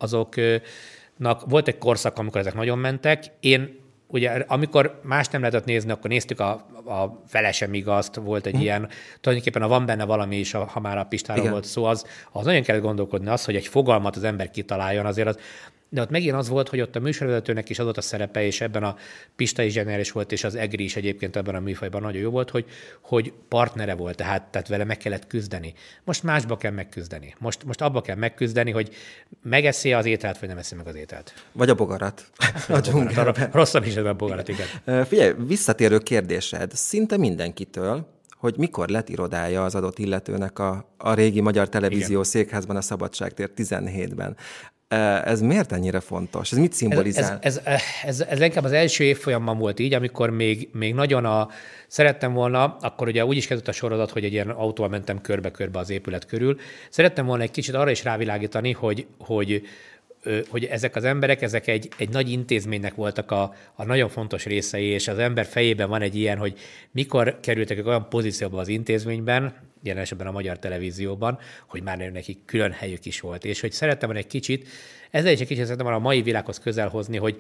B: azoknak volt egy korszak, amikor ezek nagyon mentek. Én ugye, amikor más nem lehetett nézni, akkor néztük a, a Fele sem igazt, volt egy hmm. ilyen, tulajdonképpen a Van benne valami is, ha már a Pistáról igen. volt szó, az, az nagyon kellett gondolkodni az, hogy egy fogalmat az ember kitaláljon, azért az, de ott megint az volt, hogy ott a műsorvezetőnek is adott a szerepe, és ebben a Pista is zseniális volt, és az Egri is egyébként ebben a műfajban nagyon jó volt, hogy, hogy partnere volt, tehát, tehát vele meg kellett küzdeni. Most másba kell megküzdeni. Most, most abba kell megküzdeni, hogy megeszi az ételt, vagy nem eszi meg az ételt.
A: Vagy a bogarat.
B: A bogarat. Rosszabb is a bogarat, igen.
A: Figyelj, visszatérő kérdésed szinte mindenkitől, hogy mikor lett irodája az adott illetőnek a, a régi Magyar Televízió igen. székházban, a Szabadságtér tizenhétben. Ez miért ennyire fontos? Ez mit szimbolizál?
B: Ez, ez, ez, ez, ez inkább az első évfolyamban volt így, amikor még, még nagyon a... Szerettem volna, akkor ugye úgy is kezdett a sorozat, hogy egy ilyen autóval mentem körbe-körbe az épület körül. Szerettem volna egy kicsit arra is rávilágítani, hogy, hogy, hogy ezek az emberek, ezek egy, egy nagy intézménynek voltak a, a nagyon fontos részei, és az ember fejében van egy ilyen, hogy mikor kerültek olyan pozícióba az intézményben, jelen esetben a Magyar Televízióban, hogy már nekik külön helyük is volt. És hogy szerettem volna egy kicsit, ezzel is egy kicsit szerettem volna a mai világhoz közel hozni, hogy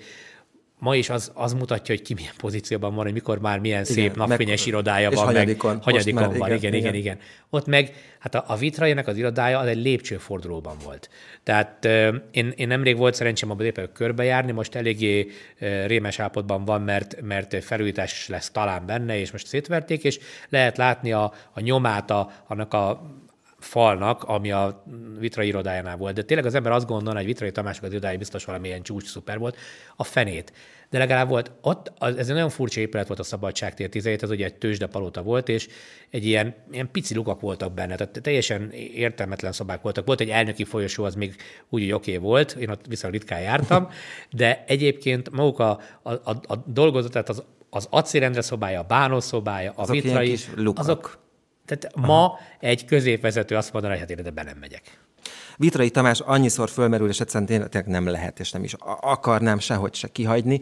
B: ma is az, az mutatja, hogy ki milyen pozícióban van, hogy mikor már milyen igen, szép napfényes meg, irodája van.
A: Hanyadikon.
B: Meg, hanyadikon van, igen, igen, igen, igen. Ott meg, hát a, a Vitrainek az irodája az egy lépcsőfordulóban volt. Tehát euh, én, én nemrég volt szerencsém abban éppen körbejárni, most eléggé euh, rémes állapotban van, mert, mert felújítás lesz talán benne, és most szétverték, és lehet látni a, a nyomát a, annak a falnak, ami a Vitrai irodájánál volt. De tényleg az ember azt gondolna, hogy Vitrai Tamásnak az irodája biztos valamilyen csúcs szuper volt, a fenét. De legalább volt ott, az, ez egy nagyon furcsa épület volt a Szabadságtér tizenhét, ez ugye egy tőzsdepalota volt, és egy ilyen, ilyen pici lukak voltak benne, tehát teljesen értelmetlen szobák voltak. Volt egy elnöki folyosó, az még úgy, hogy oké okay volt, én ott viszonylag ritkán jártam, de egyébként maguk a, a, a, a dolgozó, tehát az, az acélrendre szobája, a bánószobája, a
A: azok
B: Vitrai,
A: azok...
B: Tehát Aha. ma egy középvezető azt mondaná, hogy hát én de be nem megyek.
A: Vitrai Tamás annyiszor fölmerül, és egyszerűen tényleg nem lehet, és nem is akarnám sehogy se kihagyni.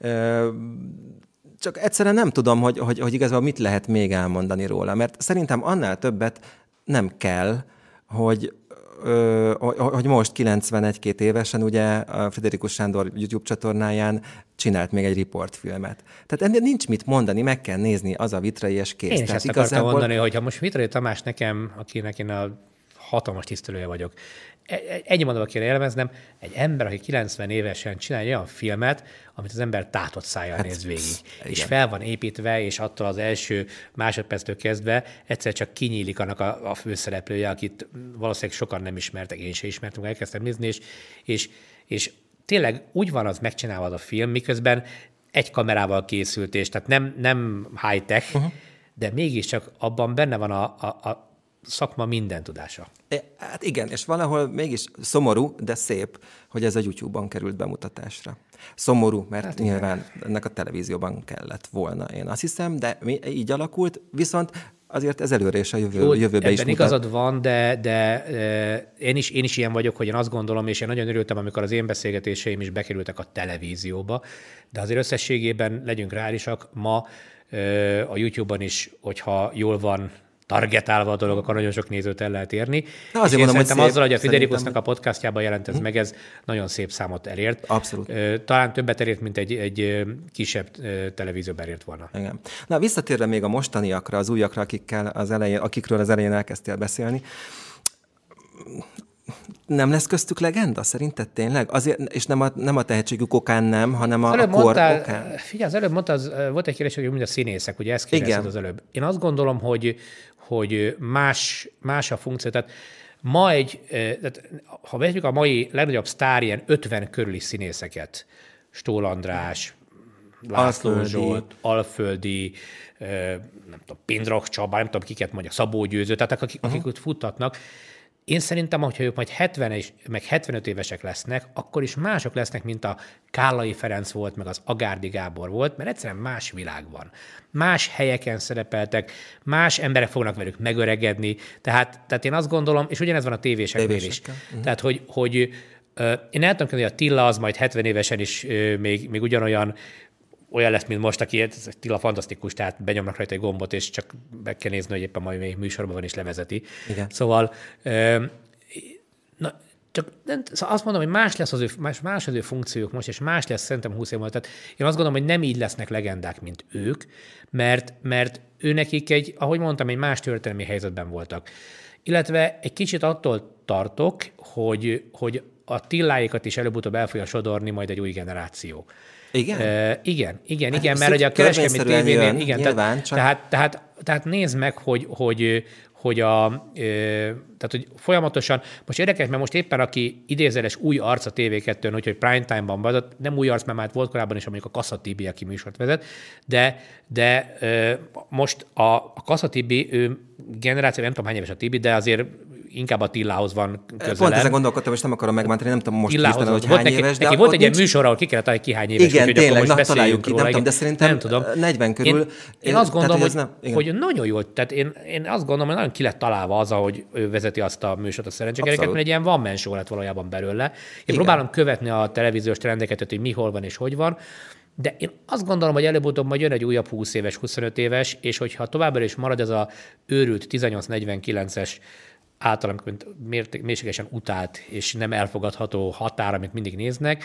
A: Csak egyszerűen nem tudom, hogy, hogy, hogy igazából mit lehet még elmondani róla, mert szerintem annál többet nem kell, hogy, hogy most kilencvenegy-két évesen ugye a Friderikus Sándor YouTube csatornáján csinált még egy riportfilmet. Tehát ennél nincs mit mondani, meg kell nézni, az a Vitrai és kész.
B: Én is
A: Tehát
B: ezt
A: igazából...
B: akartam mondani, hogy ha most Vitrai Tamás nekem, akinek én a hatalmas tisztelője vagyok, ennyi mondatban kéne elemeznem, egy ember, aki kilencven évesen csinál egy olyan filmet, amit az ember tátott szájjal hát, néz végig. Igen. És fel van építve, és attól az első másodperctől kezdve egyszer csak kinyílik annak a, a főszereplője, akit valószínűleg sokan nem ismertek, én sem ismertem, elkezdtem nézni, és, és, és tényleg úgy van az megcsinálva az a film, miközben egy kamerával készült, és tehát nem, nem high-tech, uh-huh. de mégiscsak abban benne van a, a, a szakma minden tudása.
A: Hát igen, és valahol mégis szomorú, de szép, hogy ez a YouTube-on került bemutatásra. Szomorú, mert hát nyilván ennek a televízióban kellett volna, én azt hiszem, de így alakult, viszont azért ez előre és a jövő, Jó, jövőbe is mutat.
B: Igazad van, de, de e, én, is, én is ilyen vagyok, hogy én azt gondolom, és én nagyon örültem, amikor az én beszélgetéseim is bekerültek a televízióba, de azért összességében legyünk reálisak, ma e, a YouTube-on is, hogyha jól van targetálva a dolog, akkor nagyon sok nézőt el lehet érni. Na, és én mondom, szerintem hogy azzal, hogy a Friderikusnak a podcastjában jelent ez hm. meg, ez nagyon szép számot elért.
A: Abszolút.
B: Talán többet elért, mint egy, egy kisebb televízióban elért volna.
A: Igen. Na, visszatérve még a mostaniakra, az újakra, akikkel az elején, akikről az elején elkezdtél beszélni, nem lesz köztük legenda, szerinted tényleg? Azért, és nem a, nem a tehetségük okán nem, hanem a, a kor
B: mondtál,
A: okán.
B: Figyelj, az előbb mondtad, az, volt egy kérdés, hogy mind a színészek, ugye ezt kérdezted az előbb. Én azt gondolom, hogy, hogy más, más a funkció. Tehát ma egy, tehát, ha vegyük a mai legnagyobb sztár, ilyen ötven körüli színészeket, Stól András, László Alföldi. Zsolt, Alföldi, nem tudom, Pindrok Csaba, nem tudom, kiket mondjak, Szabó Győző, tehát akik, uh-huh. akik ott futtatnak. Én szerintem, hogyha ők majd hetven és meg hetvenöt évesek lesznek, akkor is mások lesznek, mint a Kállai Ferenc volt, meg az Agárdi Gábor volt, mert egyszerűen más világ van. Más helyeken szerepeltek, más emberek fognak velük megöregedni. Tehát, tehát én azt gondolom, és ugyanez van a tévéseknél is. Uh-huh. Tehát, hogy, hogy uh, én el tudom kezdeni, hogy a Tilla az majd hetven évesen is uh, még, még ugyanolyan olyan lesz, mint most, aki ez Tilla fantasztikus, tehát benyomnak rajta egy gombot, és csak meg kell nézni, hogy éppen majd még műsorban van, és levezeti.
A: Igen.
B: Szóval, na, csak szóval azt mondom, hogy más lesz az ő, más, más az ő funkciók most, és más lesz szerintem húsz év múlva. Tehát én azt gondolom, hogy nem így lesznek legendák, mint ők, mert, mert őnekik egy, ahogy mondtam, egy más történelmi helyzetben voltak. Illetve egy kicsit attól tartok, hogy, hogy a Tilláikat is előbb-utóbb el fogja sodorni majd egy új generáció.
A: Igen?
B: Uh, igen, igen, igen, mert hogy a kereskedelmi tévénél,
A: jön,
B: igen,
A: nyilván,
B: tehát, csak... tehát, tehát, tehát nézd meg, hogy, hogy, hogy, a, tehát, hogy folyamatosan, most érdekes, mert most éppen aki idézeles új arc a té vé kettőn, hogy prime time-ban vezet, nem új arc, mert már volt korábban is, mondjuk a Kassa Tibi, aki műsort vezet, de, de most a, a Kassa Tibi, ő generáció, nem tudom hány éves a Tibi, de azért inkább a Tillához van közelebb.
A: Pont ezen gondolkodtam, és nem akarom megmondani, nem tudom most hirtelen, hogy hány
B: neki,
A: éves.
B: De neki volt egy ilyen műsor, ahol ki kellett találni, ki hány éves.
A: Igen,
B: úgy,
A: tényleg,
B: most
A: na, találjuk ki,
B: róla,
A: nem tudom, de szerintem nem tudom. negyven körül.
B: Én, én azt gondolom,
A: tehát,
B: hogy,
A: nem,
B: hogy nagyon jól, tehát én, én azt gondolom, hogy nagyon ki lett találva az, ahogy ő vezeti azt a műsort a szerencsékereket, mert egy ilyen one man show lett valójában belőle. Én igen. próbálom követni a televíziós trendeket, hogy mi hol van és hogy van. De én azt gondolom, hogy előbb-utóbb majd jön egy újabb húsz éves, huszonöt éves, és hogyha továbbra is marad ez a őrült tizennyolc negyvenkilences általam mélységesen utált és nem elfogadható határ, amit mindig néznek,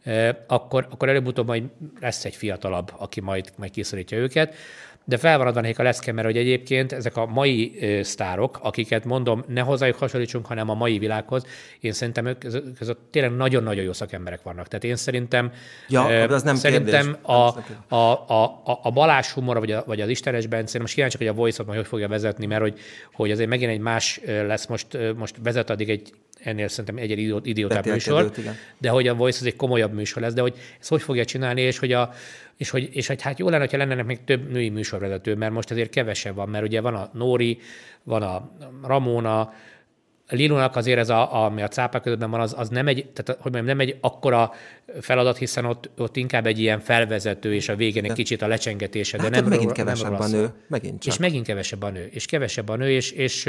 B: akkor, akkor előbb-utóbb majd lesz egy fiatalabb, aki majd, majd kiszorítja őket. De fel van adva nekik a lecke, mert hogy egyébként ezek a mai ö, sztárok, akiket mondom, ne hozzájuk hasonlítsunk, hanem a mai világhoz, én szerintem ők között tényleg nagyon-nagyon jó szakemberek vannak. Tehát én szerintem,
A: ja, ö, az nem
B: szerintem a, a, a, a, a Balázs humora, vagy, a, vagy az Istenes Bence, most kíváncsiak, hogy a Voice-ot majd hogy fogja vezetni, mert hogy, hogy azért megint egy más lesz, most, most vezet addig egy ennél szerintem egy idiótább műsor, de hogy a Voice az egy komolyabb műsor lesz, de hogy ezt hogy fogja csinálni, és hogy, a, és hogy, és hogy hát jó lenne, hogyha lennének még több női műsorvezető, mert most azért kevesebb van, mert ugye van a Nóri, van a Ramona, Lilunak azért ez, a, ami a cápák közöttben van, az, az nem egy, tehát, hogy mondjam, nem egy akkora feladat, hiszen ott, ott inkább egy ilyen felvezető, és a végén egy kicsit a lecsengetése.
A: Hát
B: de nem
A: megint kevesebb a nő, megint csak.
B: És megint kevesebb a nő, és kevesebb a nő, és, és,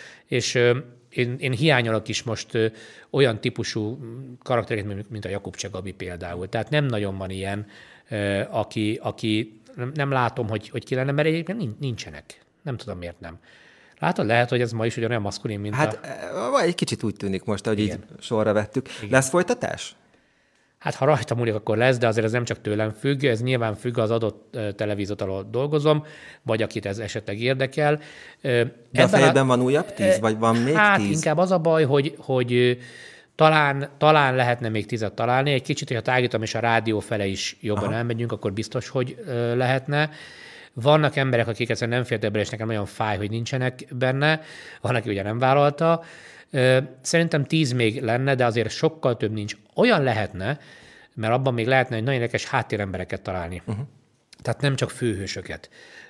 B: és én, én hiányolok is most ö, olyan típusú karaktereket, mint a Jakubcsek Gabi például. Tehát nem nagyon van ilyen, ö, aki, aki nem, nem látom, hogy, hogy ki lenne, mert egyébként nincsenek. Nem tudom, miért nem. Látod, lehet, hogy ez ma is ugyanolyan maszkulin, mint
A: hát, a... Hát egy kicsit úgy tűnik most, hogy igen. Így sorra vettük. Igen. Lesz folytatás?
B: Hát ha rajta múlik, akkor lesz, de azért ez nem csak tőlem függ, ez nyilván függ az adott televíziót, ahol dolgozom, vagy akit ez esetleg érdekel.
A: De Ebben a fejedben a... van újabb tíz, vagy van még
B: hát
A: tíz?
B: Hát inkább az a baj, hogy, hogy talán, talán lehetne még tízet találni. Egy kicsit, hogyha tágítom, és a rádió fele is jobban Aha. elmegyünk, akkor biztos, hogy lehetne. Vannak emberek, akik egyszerűen nem fért ebből, és nekem nagyon fáj, hogy nincsenek benne. Van, aki ugye nem vállalta. Szerintem tíz még lenne, de azért sokkal több nincs. Olyan lehetne, mert abban még lehetne, hogy nagyon érdekes háttérembereket találni. Uh-huh. Tehát nem csak főhősöket.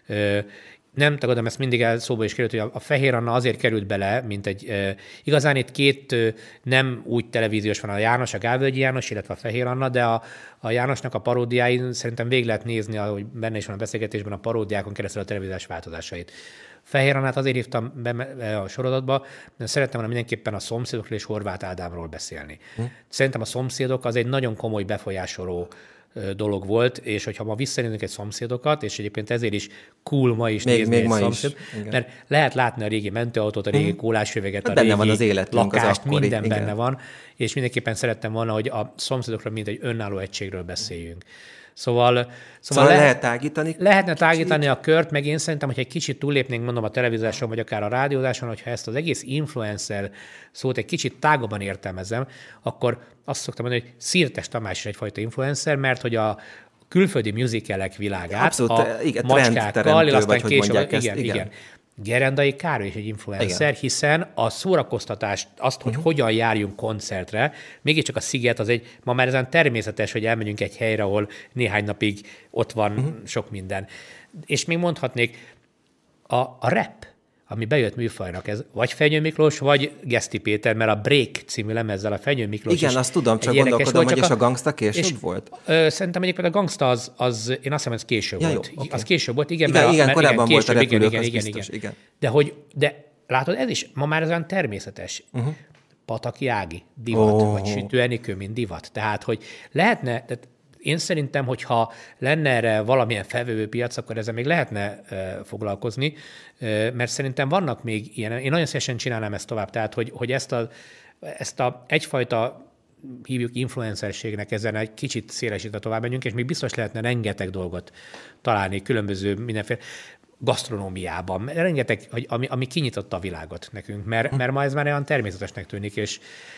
B: Nem tagadom, ezt mindig el szóba is került, hogy a Fehér Anna azért került bele, mint egy... Igazán itt két nem úgy televíziós van, a János, a Gálvölgyi János, illetve a Fehér Anna, de a, a Jánosnak a paródiáin szerintem végig lehet nézni, ahogy benne is van a beszélgetésben, a paródiákon keresztül a televíziós változásait. Fehér Annát azért hívtam be a sorozatba, mert szerettem volna mindenképpen a Szomszédokról és Horváth Ádámról beszélni. Hm. Szerintem a Szomszédok az egy nagyon komoly befolyásoló dolog volt, és hogyha ma visszanézünk egy Szomszédokat, és egyébként ezért is cool ma is még, nézni még egy szomszéd, mert lehet látni a régi mentőautót, a régi hmm. kólásüveget,
A: hát
B: a régi
A: van az életünk,
B: lakást,
A: az akkori,
B: minden
A: igen.
B: benne van, és mindenképpen szerettem volna, hogy a Szomszédokról mint egy önálló egységről beszéljünk. Szóval, szóval,
A: szóval lehet, lehet tágítani?
B: Lehetne tágítani kicsit? A kört, meg én szerintem, hogy egy kicsit túllépnénk, mondom, a televízáson, vagy akár a rádiózáson, hogyha ezt az egész influencer szót egy kicsit tágabban értelmezem, akkor azt szoktam mondani, hogy Szirtes Tamás is egyfajta influencer, mert hogy a külföldi musicalek világát
A: abszolút,
B: a
A: igen,
B: macskákkal, aztán később,
A: igen,
B: igen,
A: igen.
B: igen. Gerendai Károly is egy influencer, igen. hiszen a szórakoztatást, azt, hogy uh-huh. hogyan járjunk koncertre, mégiscsak a Sziget az egy, ma már ezen természetes, hogy elmegyünk egy helyre, ahol néhány napig ott van uh-huh. sok minden. És még mondhatnék, a, a rap, ami bejött műfajnak, ez vagy Fenyő Miklós, vagy Geszti Péter, mert a Break című lemezzel a Fenyő Miklós
A: igen, azt tudom, csak gondolkodom, hogy és a Gangsta később és, volt?
B: Ö, szerintem egyébként a Gangsta az, az, én azt hiszem, ez később
A: ja,
B: volt.
A: Jó, okay.
B: Az később volt, igen.
A: Igen,
B: mert,
A: igen
B: mert,
A: korábban
B: igen,
A: volt
B: később,
A: a repülők,
B: igen,
A: az
B: igen,
A: biztos,
B: igen.
A: igen.
B: De, hogy, de látod, ez is ma már ez olyan természetes. Uh-huh. Pataki Ági, divat, oh. vagy Sütő Enikő, mint divat. Tehát, hogy lehetne, tehát én szerintem, hogyha lenne erre valamilyen felvevő piac, akkor ezzel még lehetne uh, foglalkozni, uh, mert szerintem vannak még ilyen, én nagyon szívesen csinálnám ezt tovább, tehát, hogy, hogy ezt, a, ezt a egyfajta hívjuk influencerségnek, ezen egy kicsit szélesítve tovább menjünk, és még biztos lehetne rengeteg dolgot találni, különböző mindenféle gasztronómiában, rengeteg, ami, ami kinyitotta a világot nekünk, mert, mert ma ez már olyan természetesnek tűnik, és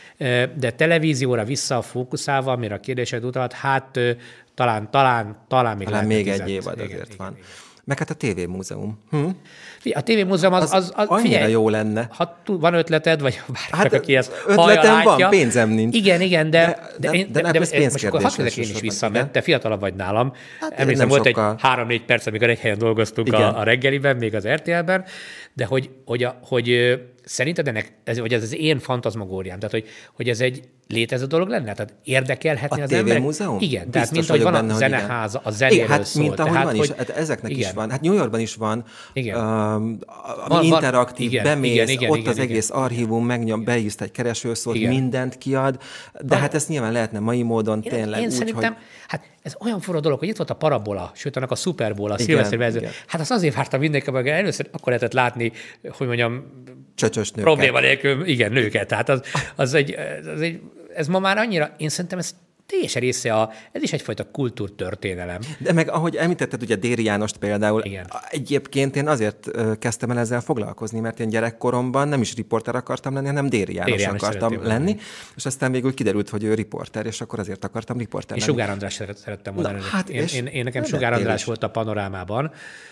B: de televízióra vissza fókuszálva, amire a kérdésed utalt, hát talán, talán, talán még,
A: talán még egy évad
B: igen,
A: azért
B: igen,
A: van.
B: Igen.
A: Meg hát a tévémúzeum. Hm?
B: A tévémúzeum az, az, az, az
A: annyira
B: figyelj,
A: jó lenne.
B: Ha van ötleted, vagy bárki,
A: hát
B: aki ezt
A: ötletem van, pénzem nincs.
B: Igen, igen, de,
A: de,
B: de,
A: de, de, de, de
B: most akkor hadd vezek én is vissza, mert te fiatalabb vagy nálam. Hát emlékszem, volt sokkal. Egy három-négy perc, amikor egy helyen dolgoztunk a, a reggeliben, még az er té el-ben, de hogy, hogy, a, hogy szerinted ennek, ez, vagy ez az én fantazmagóriám, tehát hogy, hogy ez egy létező dolog lenne? Tehát érdekelhetni
A: a
B: az emberek?
A: múzeum?
B: Igen, tehát mint ahogy van a zeneháza, a zenéről
A: hát,
B: szól.
A: mint ahogy
B: tehát,
A: van
B: hogy,
A: is, hát ezeknek
B: igen.
A: is van. Hát New Yorkban is van,
B: igen.
A: Um,
B: van,
A: interaktív,
B: igen,
A: bemész,
B: igen, igen,
A: ott
B: igen,
A: az
B: igen.
A: egész archívum megnyom, beízt egy keresőszót,
B: igen.
A: mindent kiad, de
B: van.
A: Hát ezt nyilván lehetne mai módon
B: én,
A: tényleg
B: én
A: úgy,
B: szerintem,
A: hogy...
B: hát ez olyan fura dolog, hogy itt volt a Parabola, sőt, annak a Super Bowl, a szilveszteri verzió. Hát azt azért vártam mindenki, mert először akkor lehetett látni, hogy mondjam,
A: csöcsös nőket.
B: Probléma nélkül, igen, nőket. Tehát az, az, egy, az egy, ez ma már annyira, én szerintem ez teljesen része a, ez is egyfajta kultúrtörténelem.
A: De meg ahogy említetted, ugye Déri Jánost például, igen. Egyébként én azért kezdtem el ezzel foglalkozni, mert én gyerekkoromban nem is riporter akartam lenni, hanem Déri János, Déri János akartam lenni, lenni, és aztán végül kiderült, hogy ő riporter, és akkor azért akartam riporter
B: és
A: lenni.
B: És Sugár András szerettem mondani.
A: Hát
B: én, én, én nekem Sugár András volt a Panorámában,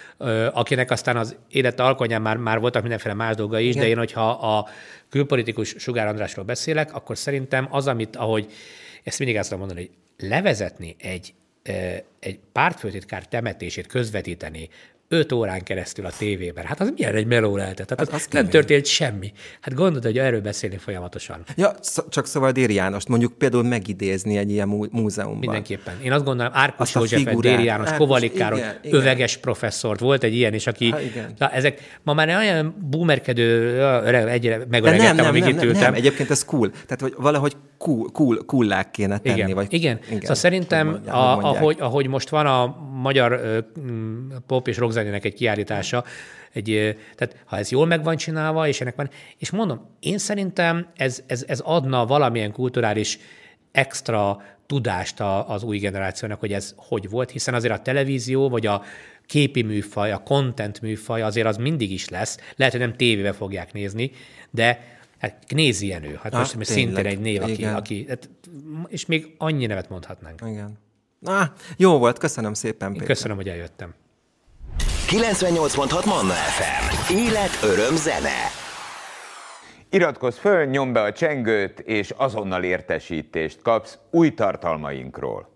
B: akinek aztán az élete alkonyán már, már voltak mindenféle más dolgai is, igen. De én, hogyha a külpolitikus Sugár Andrásról beszélek, akkor szerintem az, amit, ahogy ezt mindig azt tudom mondani, hogy levezetni egy, egy pártfőtitkár temetését, közvetíteni öt órán keresztül a tévében. Hát az milyen egy meló lehetett? Tehát az, az nem történt semmi. Hát gondolod, hogy erről beszélni folyamatosan.
A: Ja, sz- csak szóval Déri Jánost mondjuk például megidézni egy ilyen mú- múzeumban.
B: Mindenképpen. Én azt gondolom, Árkus Józsefet, Déri János, Kovalik Károly, öveges professzort, volt egy ilyen is, aki... Na, ezek ma már olyan boomerkedő, egyre megöregettem, amíg itt ültem.
A: Nem, egyébként ez cool. Tehát, hogy valahogy cool, cool, coolák kéne tenni.
B: Igen,
A: vagy,
B: igen. igen. Szóval szerintem, mondják, a, ahogy, ahogy most van a magyar pop és rockzenének egy kiállítása, egy, tehát ha ez jól meg van csinálva, és ennek van, és mondom, én szerintem ez, ez, ez adna valamilyen kulturális extra tudást az új generációnak, hogy ez hogy volt, hiszen azért a televízió, vagy a képi műfaj, a content műfaj azért az mindig is lesz. Lehet, hogy nem tévébe fogják nézni, de hát Knézi Jenő, hát ah, most tényleg, szintén egy név, aki, aki hát, és még annyi nevet mondhatnánk.
A: Igen. Ah, jó volt, köszönöm szépen, Péter.
B: Köszönöm, hogy eljöttem.
C: kilencvennyolc pont hat Manna ef em. Élet, öröm, zene.
D: Iratkozz föl, nyomd be a csengőt, és azonnal értesítést kapsz új tartalmainkról.